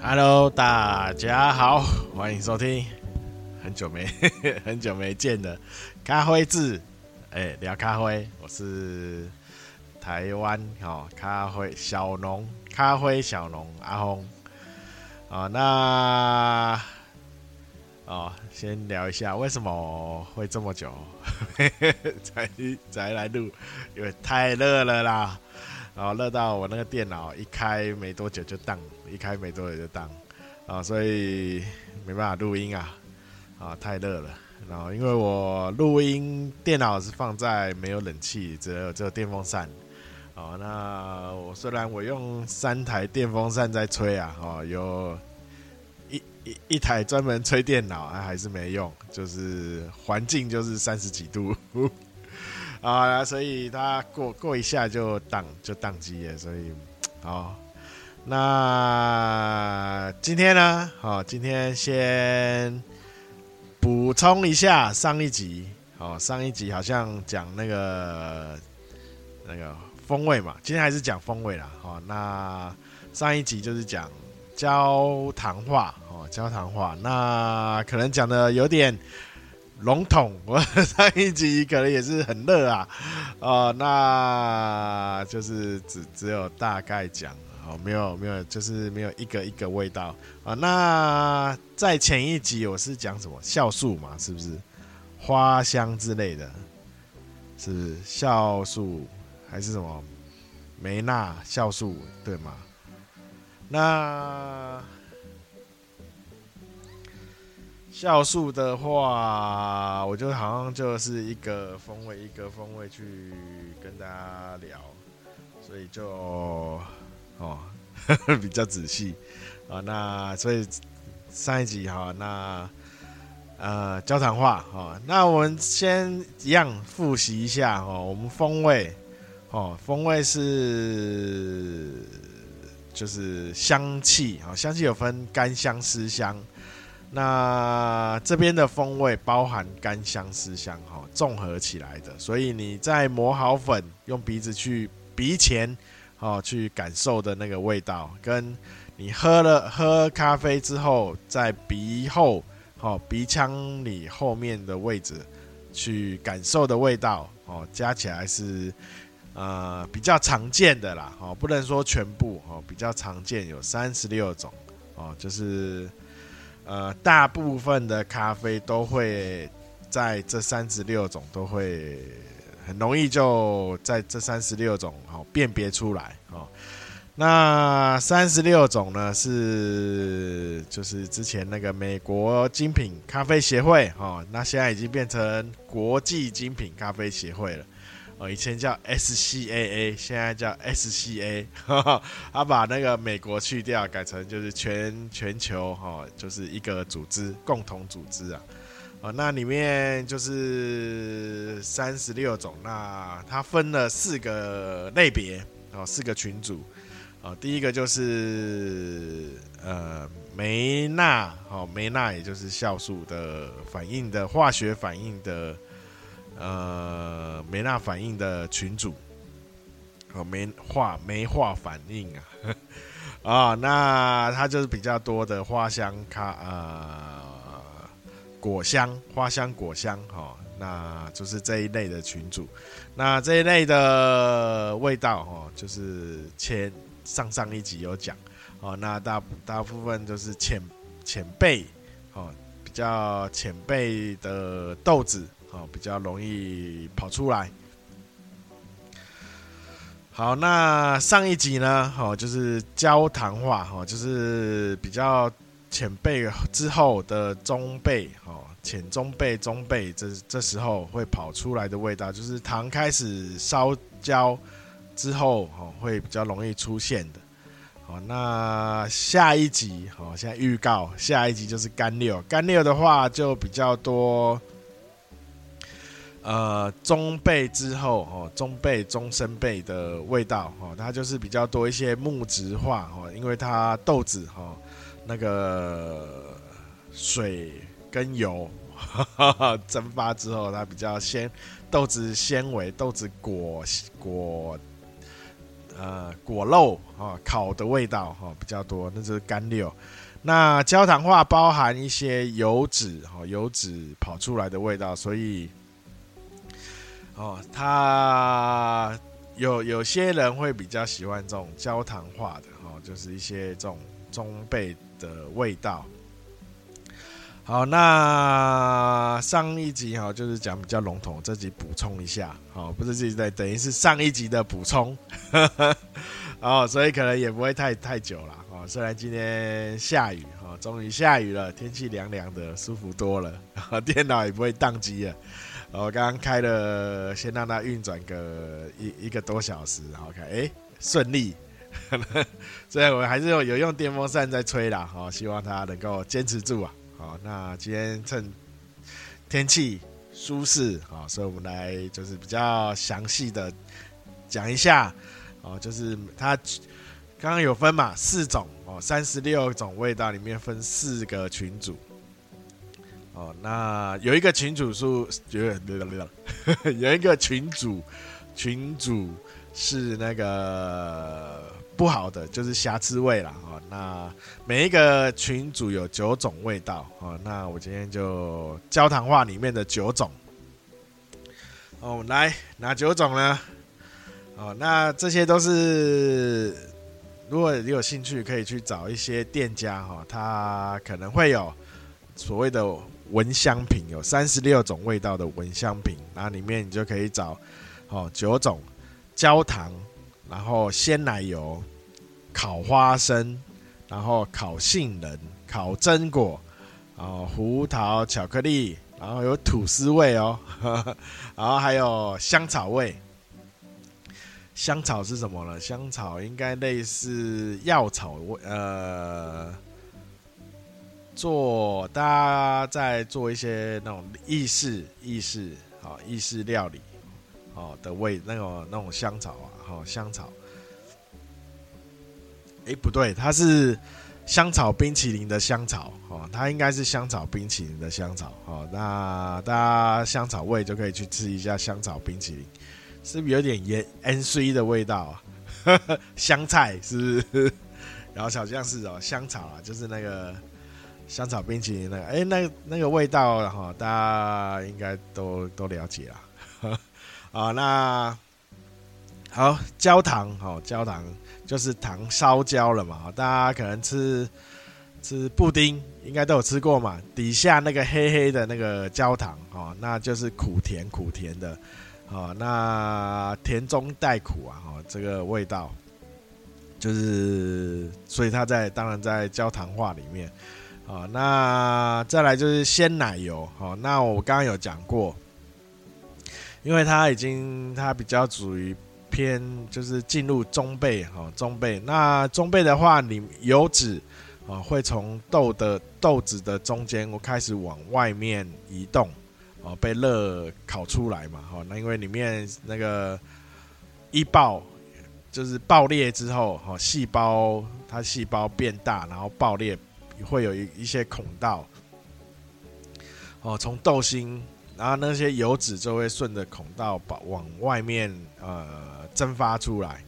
Hello，大家好，欢迎收听很久没很久没见的咖啡志，聊咖啡，我是台湾咖啡小农阿峰先聊一下为什么会这么久才来录，因为太热了啦。热到我那个电脑一开没多久就当，所以没办法录音太热了。然后因为我录音电脑是放在没有冷气，只有电风扇。那虽然我用3台电风扇在吹有一台专门吹电脑，还是没用，就是环境就是30几度。所以它过一下就宕机了，所以那今天呢？今天先补充一下上一集好像讲那个风味嘛，今天还是讲风味啦。那上一集就是讲焦糖化，那可能讲的有点笼统，我上一集可能也是很热那就是只有大概讲没有，就是没有一个味道那在前一集我是讲什么酵素嘛，是不是花香之类的？是不是酵素还是什么梅纳酵素对吗？那酵素的话，我就好像就是一个风味去跟大家聊，所以就比较仔细那所以上一集那焦糖化那我们先一样复习一下我们风味是就是香气香气有分干香、湿香。那这边的风味包含干香、湿香综合起来的，所以你在磨好粉，用鼻子去鼻前去感受的那个味道，跟你喝咖啡之后，在鼻后鼻腔里后面的位置去感受的味道加起来是比较常见的啦不能说全部比较常见有36种就是大部分的咖啡都会在这36种都会很容易就在这36种辨别出来那36种呢是就是之前那个美国精品咖啡协会那现在已经变成国际精品咖啡协会了以前叫 SCAA， 现在叫 SCA， 他把那个美国去掉，改成就是全球就是一个组织，共同组织那里面就是36种，那它分了4个类别4个群组第一个就是梅纳也就是酵素的反应的化学反应的梅纳反应的群组梅化反应那它就是比较多的花香果香花香果香那就是这一类的群组。那这一类的味道就是上一集有讲那大部分就是浅焙比较浅焙的豆子比较容易跑出来。好，那上一集呢就是焦糖化就是比较浅焙之后的中焙浅中焙中焙这时候会跑出来的味道，就是糖开始烧焦之后会比较容易出现的。那下一集现在预告下一集就是干六的话就比较多中焙之后中焙中深焙的味道它就是比较多一些木质化因为它豆子那个水跟油蒸发之后，它比较豆子纤维、豆子果果肉烤的味道比较多，那就是甘六。那焦糖化包含一些油脂油脂跑出来的味道，所以它有些人会比较喜欢这种焦糖化的就是一些这种中倍的味道。好，那上一集就是讲比较笼统，这集补充一下，不是这集等于是上一集的补充，所以可能也不会太久了，虽然今天下雨，终于下雨了，天气凉凉的，舒服多了，电脑也不会宕机了。我刚刚开了，先让它运转个一个多小时，然后看，顺利。所以我还是有用电风扇在吹啦，希望它能够坚持住啊。好，那今天趁天气舒适，所以我们来就是比较详细的讲一下，就是它刚刚有分嘛4种36种味道里面分4个群组。那有一个群组有一个群组是那个不好的，就是瑕疵味啦。那每一个群组有9种味道，那我今天就焦糖化里面的9种。我们来哪9种呢？那这些都是如果你有兴趣可以去找一些店家，他可能会有所谓的闻香品，有36种味道的闻香品，那里面你就可以找9种焦糖，然后鲜奶油、烤花生，然后烤杏仁、烤榛果，胡桃巧克力，然后有吐司味然后还有香草味。香草是什么呢？香草应该类似药草味，大家在做一些那种意式料理的味，那种香草香草。不对，它是香草冰淇淋的香草它应该是香草冰淇淋的香草那大家香草味就可以去吃一下香草冰淇淋，是不是有点盐水的味道香菜是不是？然后好像是香草就是那个香草冰淇淋那个味道大家应该都了解啦那好，焦糖就是糖烧焦了嘛，大家可能吃布丁应该都有吃过嘛，底下那个黑黑的那个焦糖那就是苦甜的那甜中带苦这个味道就是所以它当然在焦糖化里面那再来就是鲜奶油那我刚刚有讲过，因为它比较属于偏就是进入中倍那中倍的话，你油脂会从豆子的中间开始往外面移动被热烤出来嘛那因为里面那个就是爆裂之后细胞变大，然后爆裂会有一些孔道从豆心，然后那些油脂就会顺着孔道往外面蒸发出来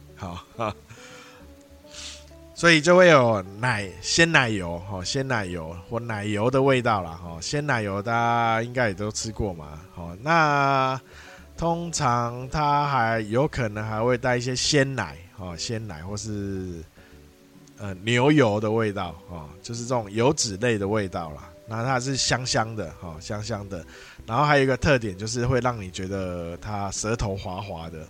所以就会有鲜奶油或奶油的味道啦鲜奶油大家应该也都吃过嘛那通常它还有可能还会带一些鲜奶或是牛油的味道就是这种油脂类的味道啦。那它是香香的然后还有一个特点就是会让你觉得它舌头滑滑的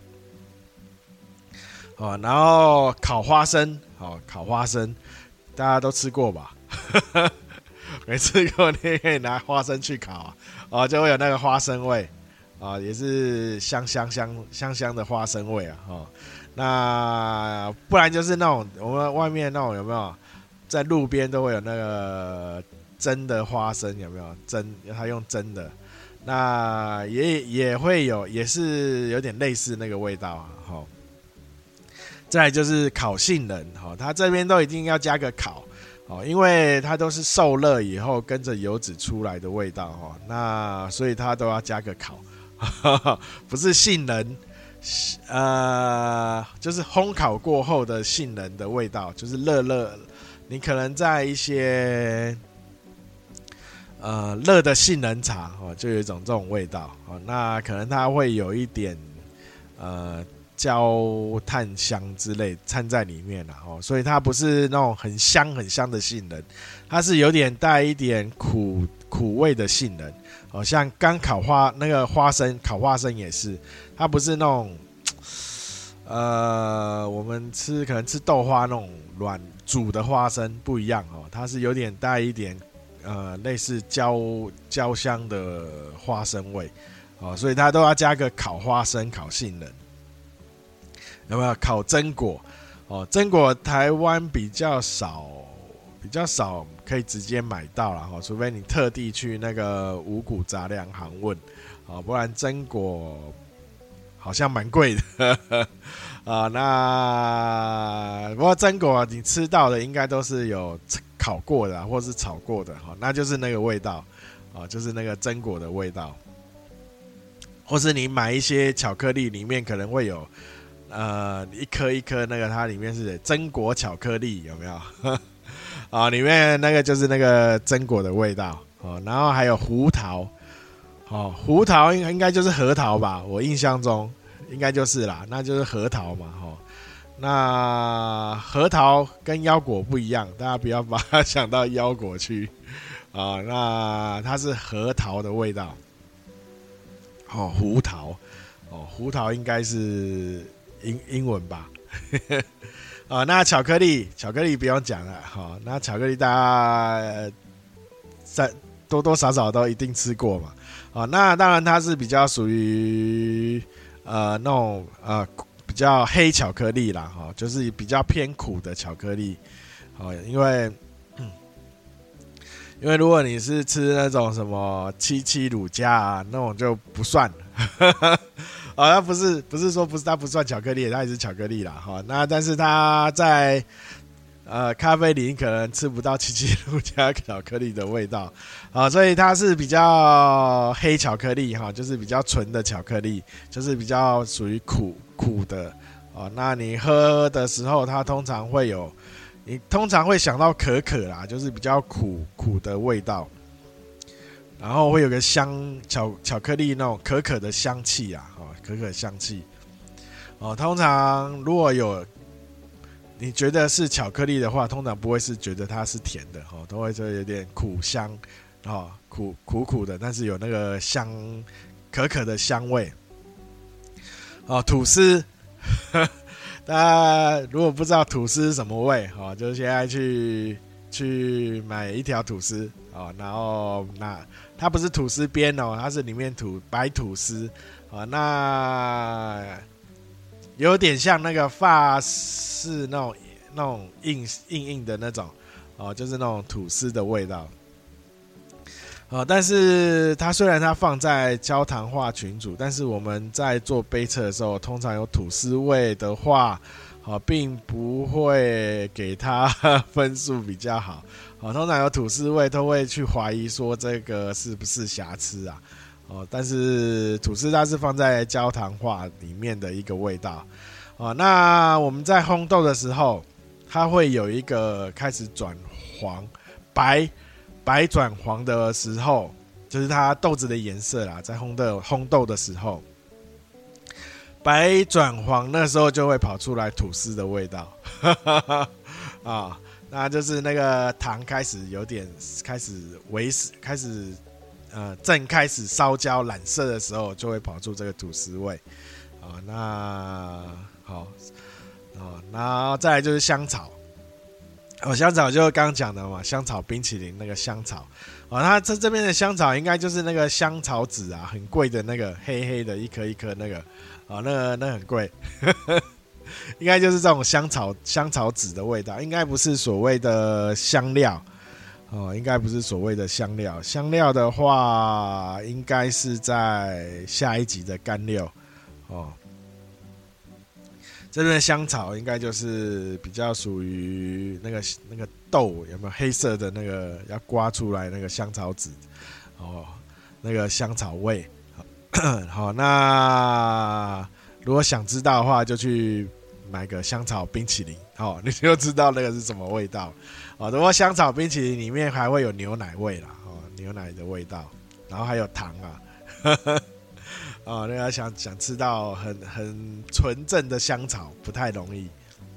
然后烤花生大家都吃过吧没吃过你也可以拿花生去烤就会有那个花生味也是香的花生味那不然就是那种我们外面那种有没有在路边都会有那个蒸的花生，有没有它用蒸的，那也会有，也是有点类似那个味道再来就是烤杏仁它这边都一定要加个烤因为它都是受热以后跟着油脂出来的味道那所以它都要加个烤不是杏仁就是烘烤过后的杏仁的味道，就是热，你可能在一些热的杏仁茶就有一种这种味道那可能它会有一点焦炭香之类掺在里面所以它不是那种很香的杏仁，它是有点带一点苦味的杏仁像刚烤那个烤花生也是，它不是那种我们可能吃豆花那种软煮的花生不一样它是有点带一点类似焦香的花生味所以它都要加个烤花生、烤杏仁，有没有？烤榛果榛果台湾比较少可以直接买到啦除非你特地去那个五谷杂粮行问不然榛果好像蛮贵的那不过榛果你吃到的应该都是有烤过的或是炒过的那就是那个味道就是那个榛果的味道，或是你买一些巧克力里面可能会有一颗一颗那个它里面是榛果巧克力，有没有里面那个就是那个榛果的味道然后还有胡桃胡桃应该就是核桃吧，我印象中应该就是啦，那就是核桃嘛那核桃跟腰果不一样，大家不要把它想到腰果去那它是核桃的味道胡桃胡桃应该是英文吧那巧克力不用讲了那巧克力大家在多多少少都一定吃过嘛那当然它是比较属于那种比较黑巧克力啦就是比较偏苦的巧克力因为如果你是吃那种什么七乳加那种就不算它不是说它不算巧克力，它也是巧克力啦那但是它在咖啡里可能吃不到七乳加巧克力的味道所以它是比较黑巧克力就是比较纯的巧克力，就是比较属于苦的那你喝的时候它你通常会想到可可啦，就是比较苦的味道，然后会有个巧克力那种可可的香气可可香气通常如果你觉得是巧克力的话，通常不会是觉得它是甜的都会说有点苦香苦的，但是有那个可可的香味吐司大家如果不知道吐司是什么味就现在去买一条吐司然后它不是吐司边它是里面白吐司那有点像那个法式那种硬的那种就是那种吐司的味道但是它虽然它放在焦糖化群组，但是我们在做杯测的时候，通常有吐司味的话并不会给它分数比较好通常有吐司味都会去怀疑说这个是不是瑕疵但是吐司它是放在焦糖化里面的一个味道那我们在烘豆的时候，它会有一个开始转黄白转黄的时候，就是它豆子的颜色啦，在烘豆的时候，白转黄那时候就会跑出来吐司的味道那就是那个糖开始正开始烧焦染色的时候，就会跑出这个吐司味那好然后再来就是香草香草就刚刚讲的嘛，香草冰淇淋那个香草它这边的香草应该就是那个香草籽很贵的那个黑黑的一颗一颗那个那很贵应该就是这种香草籽的味道，应该不是所谓的香料应该不是所谓的香料。香料的话，应该是在下一集的干料这边的香草应该就是比较属于那个豆有没有黑色的那个要刮出来那个香草籽那个香草味好那如果想知道的话，就去买个香草冰淇淋，你就知道那个是什么味道。如果香草冰淇淋里面还会有牛奶味啦，牛奶的味道，然后还有糖啊。那个想吃到很纯正的香草不太容易。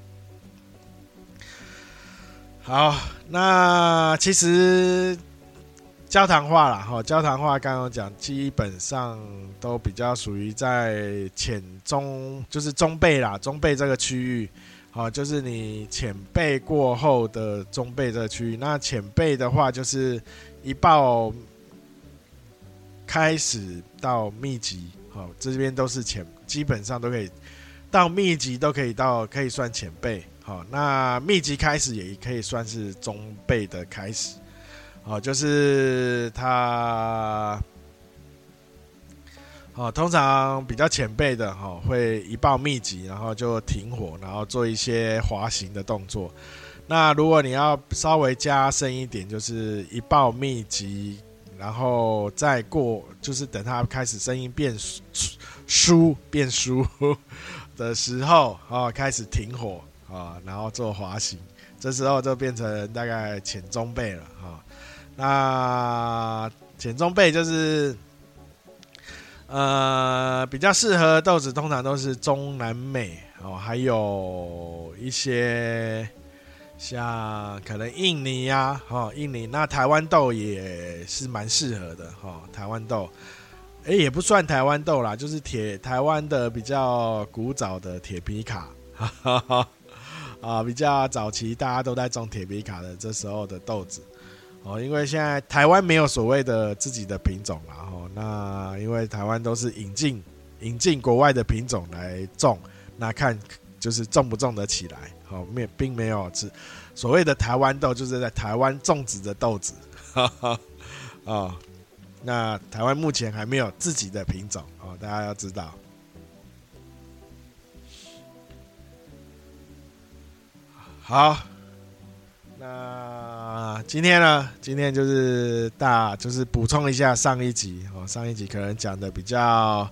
好，那其实焦糖化啦，焦糖化刚刚讲，基本上都比较属于在浅中，就是中焙啦，中焙这个区域，就是你浅焙过后的中焙这个区域。那浅焙的话，就是一爆开始到密集，这边都是浅，基本上都可以到密集，都可以算浅焙。那密集开始也可以算是中焙的开始。就是它，通常比较浅焙的，会一爆密集，然后就停火，然后做一些滑行的动作。那如果你要稍微加深一点，就是一爆密集，然后再过，就是等它开始声音变疏的时候，开始停火，然后做滑行，这时候就变成大概浅中焙了。那浅中焙就是比较适合豆子，通常都是中南美，还有一些像可能印尼啊，印尼，那台湾豆也是蛮适合的，台湾豆，也不算台湾豆啦，就是台湾的比较古早的铁皮卡，比较早期大家都在种铁皮卡的这时候的豆子。因为现在台湾没有所谓的自己的品种啦，那因为台湾都是引进国外的品种来种，那看就是种不种得起来，并没有所谓的台湾豆，就是在台湾种植的豆子。那台湾目前还没有自己的品种，大家要知道。好，那今天就是补充一下上一集，上一集可能讲的比较，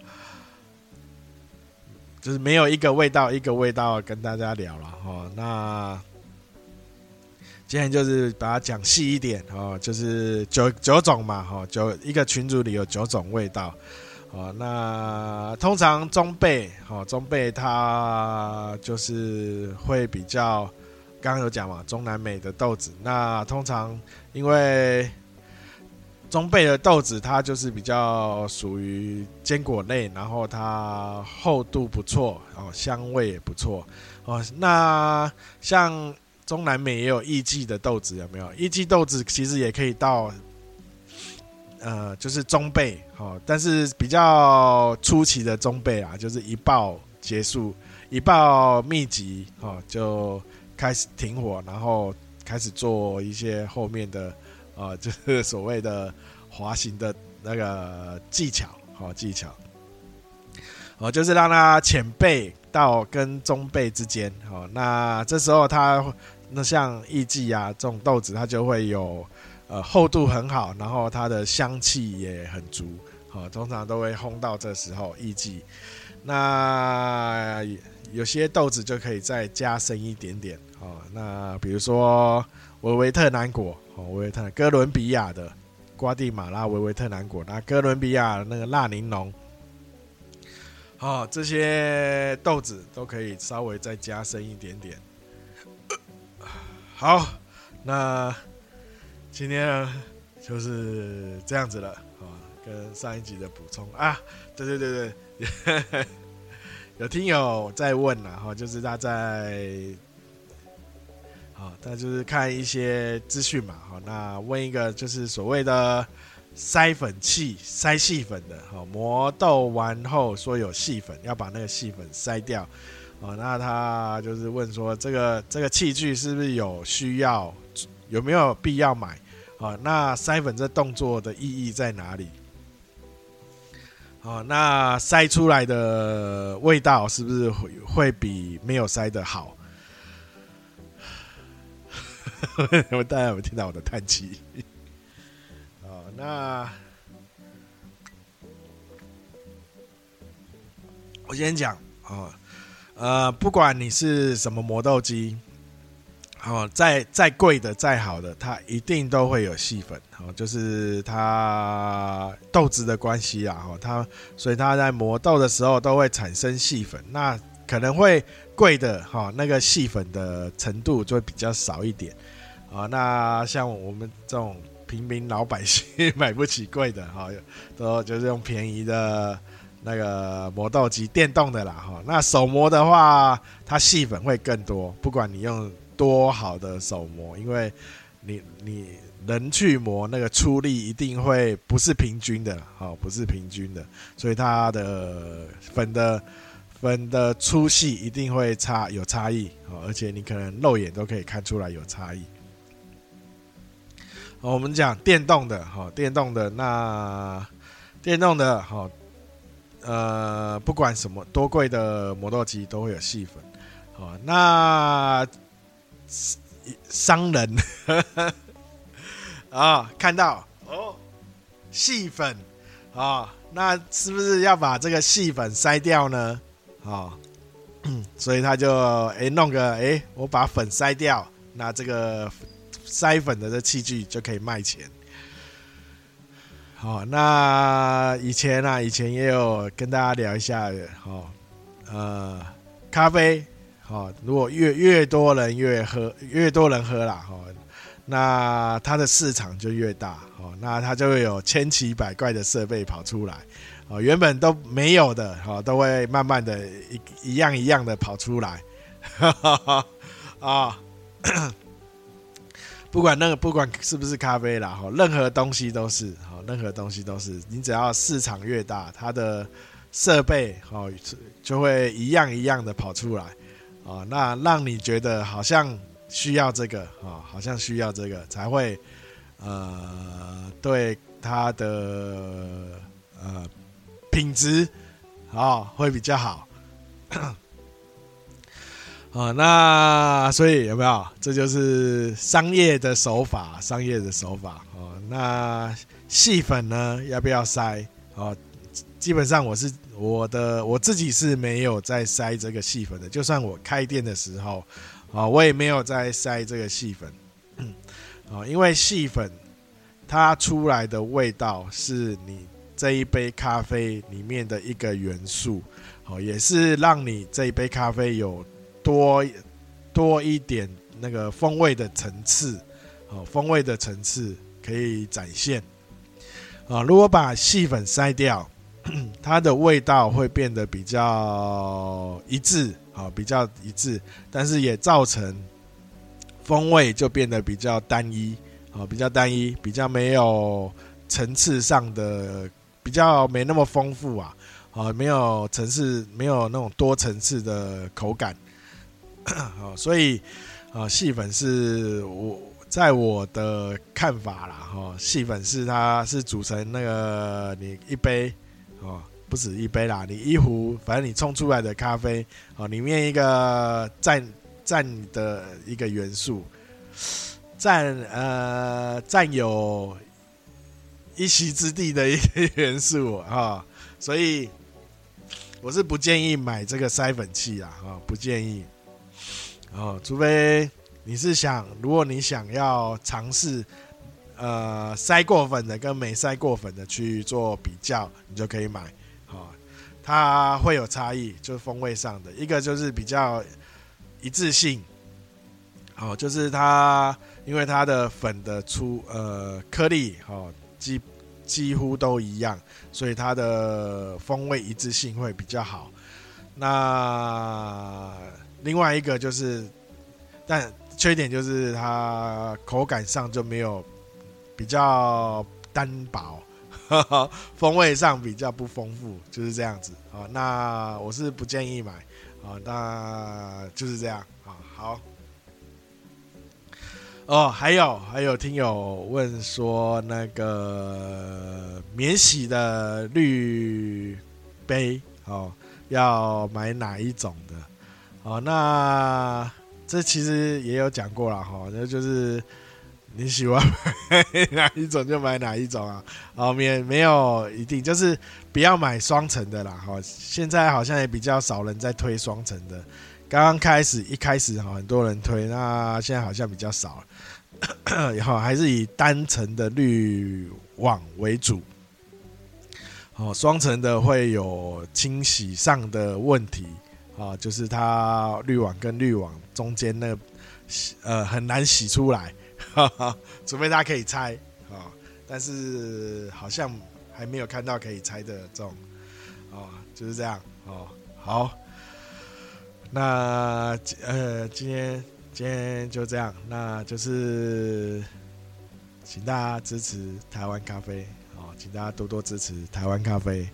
就是没有一个味道跟大家聊了，那今天就是把它讲细一点，就是九种嘛，一个群组里有9种味道。那通常中焙它就是会比较，刚刚有讲嘛，中南美的豆子，那通常因为中焙的豆子它就是比较属于坚果类，然后它厚度不错，香味也不错。那像中南美也有艺伎的豆子，有没有？艺伎豆子其实也可以到就是中焙，但是比较初期的中焙啊，就是一爆结束，一爆密集，就开始停火，然后开始做一些后面的就是所谓的滑行的那个技巧，就是让它浅焙到跟中焙之间，那这时候那像艺伎啊这种豆子，它就会有厚度很好，然后它的香气也很足，通常都会烘到这时候艺伎。那有些豆子就可以再加深一点点，那比如说维维特南果，哥伦比亚的瓜地马拉维维特南果，那哥伦比亚那个纳宁浓，这些豆子都可以稍微再加深一点点。好，那今天呢就是这样子了，跟上一集的补充啊，对，有听友在问啦，就是他就是看一些资讯嘛，那问一个就是所谓的筛粉器筛细粉的，磨豆完后说有细粉，要把那个细粉筛掉，那他就是问说这个器具是不是有没有必要买，那筛粉这动作的意义在哪里？那筛出来的味道是不是会比没有筛的好？大家有没有听到我的叹气？那我先讲， 不管你是什么磨豆机，再贵的再好的，它一定都会有细粉，就是它豆子的关系啦，所以它在磨豆的时候都会产生细粉，那可能会贵的那个细粉的程度就会比较少一点，那像我们这种平民老百姓买不起贵的，都就是用便宜的那个磨豆机，电动的啦，那手磨的话，它细粉会更多，不管你用多好的手磨，因为你人去磨那个出力一定会不是平均的，不是平均的，所以它的粉的粗细一定会有差异，而且你可能肉眼都可以看出来有差异。我们讲电动的，不管什么多贵的磨豆机都会有细粉，那商人看到细粉那是不是要把这个细粉筛掉呢？所以他就弄个我把粉筛掉，那这个筛粉的这器具就可以卖钱。那以前也有跟大家聊一下，咖啡，如果越多人喝啦，那它的市场就越大，那它就会有千奇百怪的设备跑出来，原本都没有的，都会慢慢的一样一样的跑出来，不管是不是咖啡啦，任何东西都是，你只要市场越大，它的设备就会一样一样的跑出来，那让你觉得好像需要这个，才会对它的品质会比较好。那所以有没有？这就是商业的手法。那细粉呢，要不要筛？基本上我自己是没有在筛这个细粉的。就算我开店的时候，我也没有在筛这个细粉。因为细粉它出来的味道是你这一杯咖啡里面的一个元素，也是让你这一杯咖啡有多一点那个风味的层次，可以展现。如果把细粉筛掉，它的味道会变得比较一致，但是也造成风味就变得比较单一，比较没有层次上的，比较没那么丰富没有那种多层次的口感。所以细粉是在我的看法啦，细粉它是组成那个你一杯不止一杯啦，你一壶，反正你冲出来的咖啡里面一个占的一个元素，占有一席之地的一个元素所以我是不建议买这个筛粉器啦，不建议。除非如果你想要尝试筛过粉的跟没筛过粉的去做比较，你就可以买。它会有差异，就是风味上的，一个就是比较一致性，就是它因为它的粉的颗粒几乎都一样，所以它的风味一致性会比较好。那另外一个就是，但缺点就是它口感上就没有比较单薄，风味上比较不丰富，就是这样子。那我是不建议买，那就是这样。好。还有听友问说，那个免洗的滤杯要买哪一种的？那这其实也有讲过啦，那就是你喜欢买哪一种就买哪一种啊，没有一定，就是不要买双层的啦。现在好像也比较少人在推双层的，刚刚一开始很多人推，那现在好像比较少了，还是以单层的滤网为主。双层的会有清洗上的问题，就是它滤网跟滤网中间很难洗出来，除非它可以拆，但是好像还没有看到可以拆的这种，就是这样，好，那今天就这样，那就是请大家支持台湾咖啡，请大家多多支持台湾咖啡。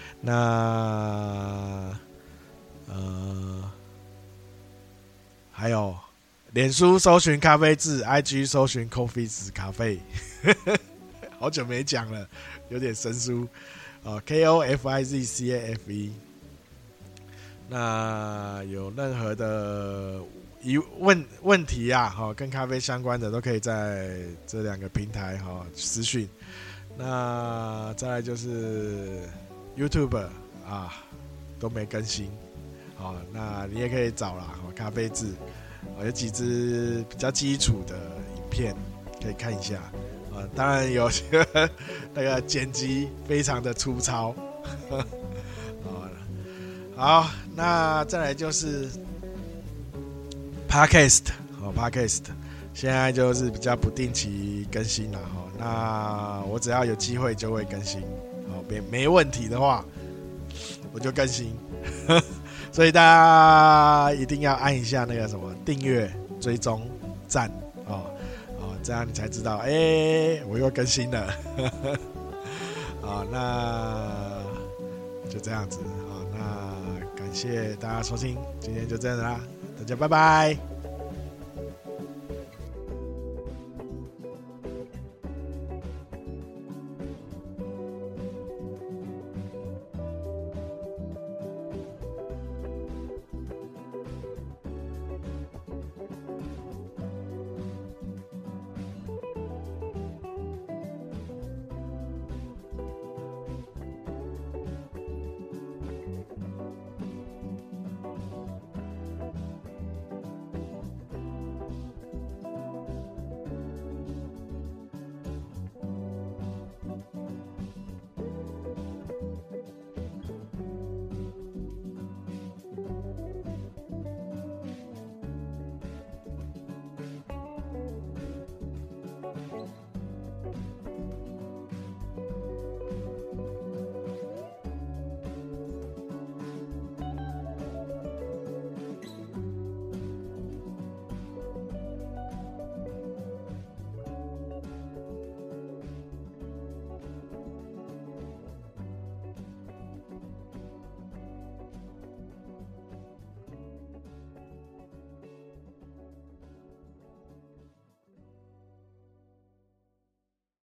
那还有脸书搜寻咖啡字 ，IG 搜寻 Coffee 子咖啡，好久没讲了，有点生疏。KOFIZCAFE。那有任何的问题啊，跟咖啡相关的都可以在这2个平台私讯。那再来就是 YouTube 都没更新，那你也可以找啦，咖啡字，有几支比较基础的影片可以看一下，当然有些那个剪辑非常的粗糙，好，那再来就是 Podcast， 现在就是比较不定期更新啦，那我只要有机会就会更新，没问题的话我就更新，所以大家一定要按一下那个什么订阅、追踪、赞，这样你才知道，我又更新了，那就这样子，那感谢大家收听，今天就这样啦，大家拜拜。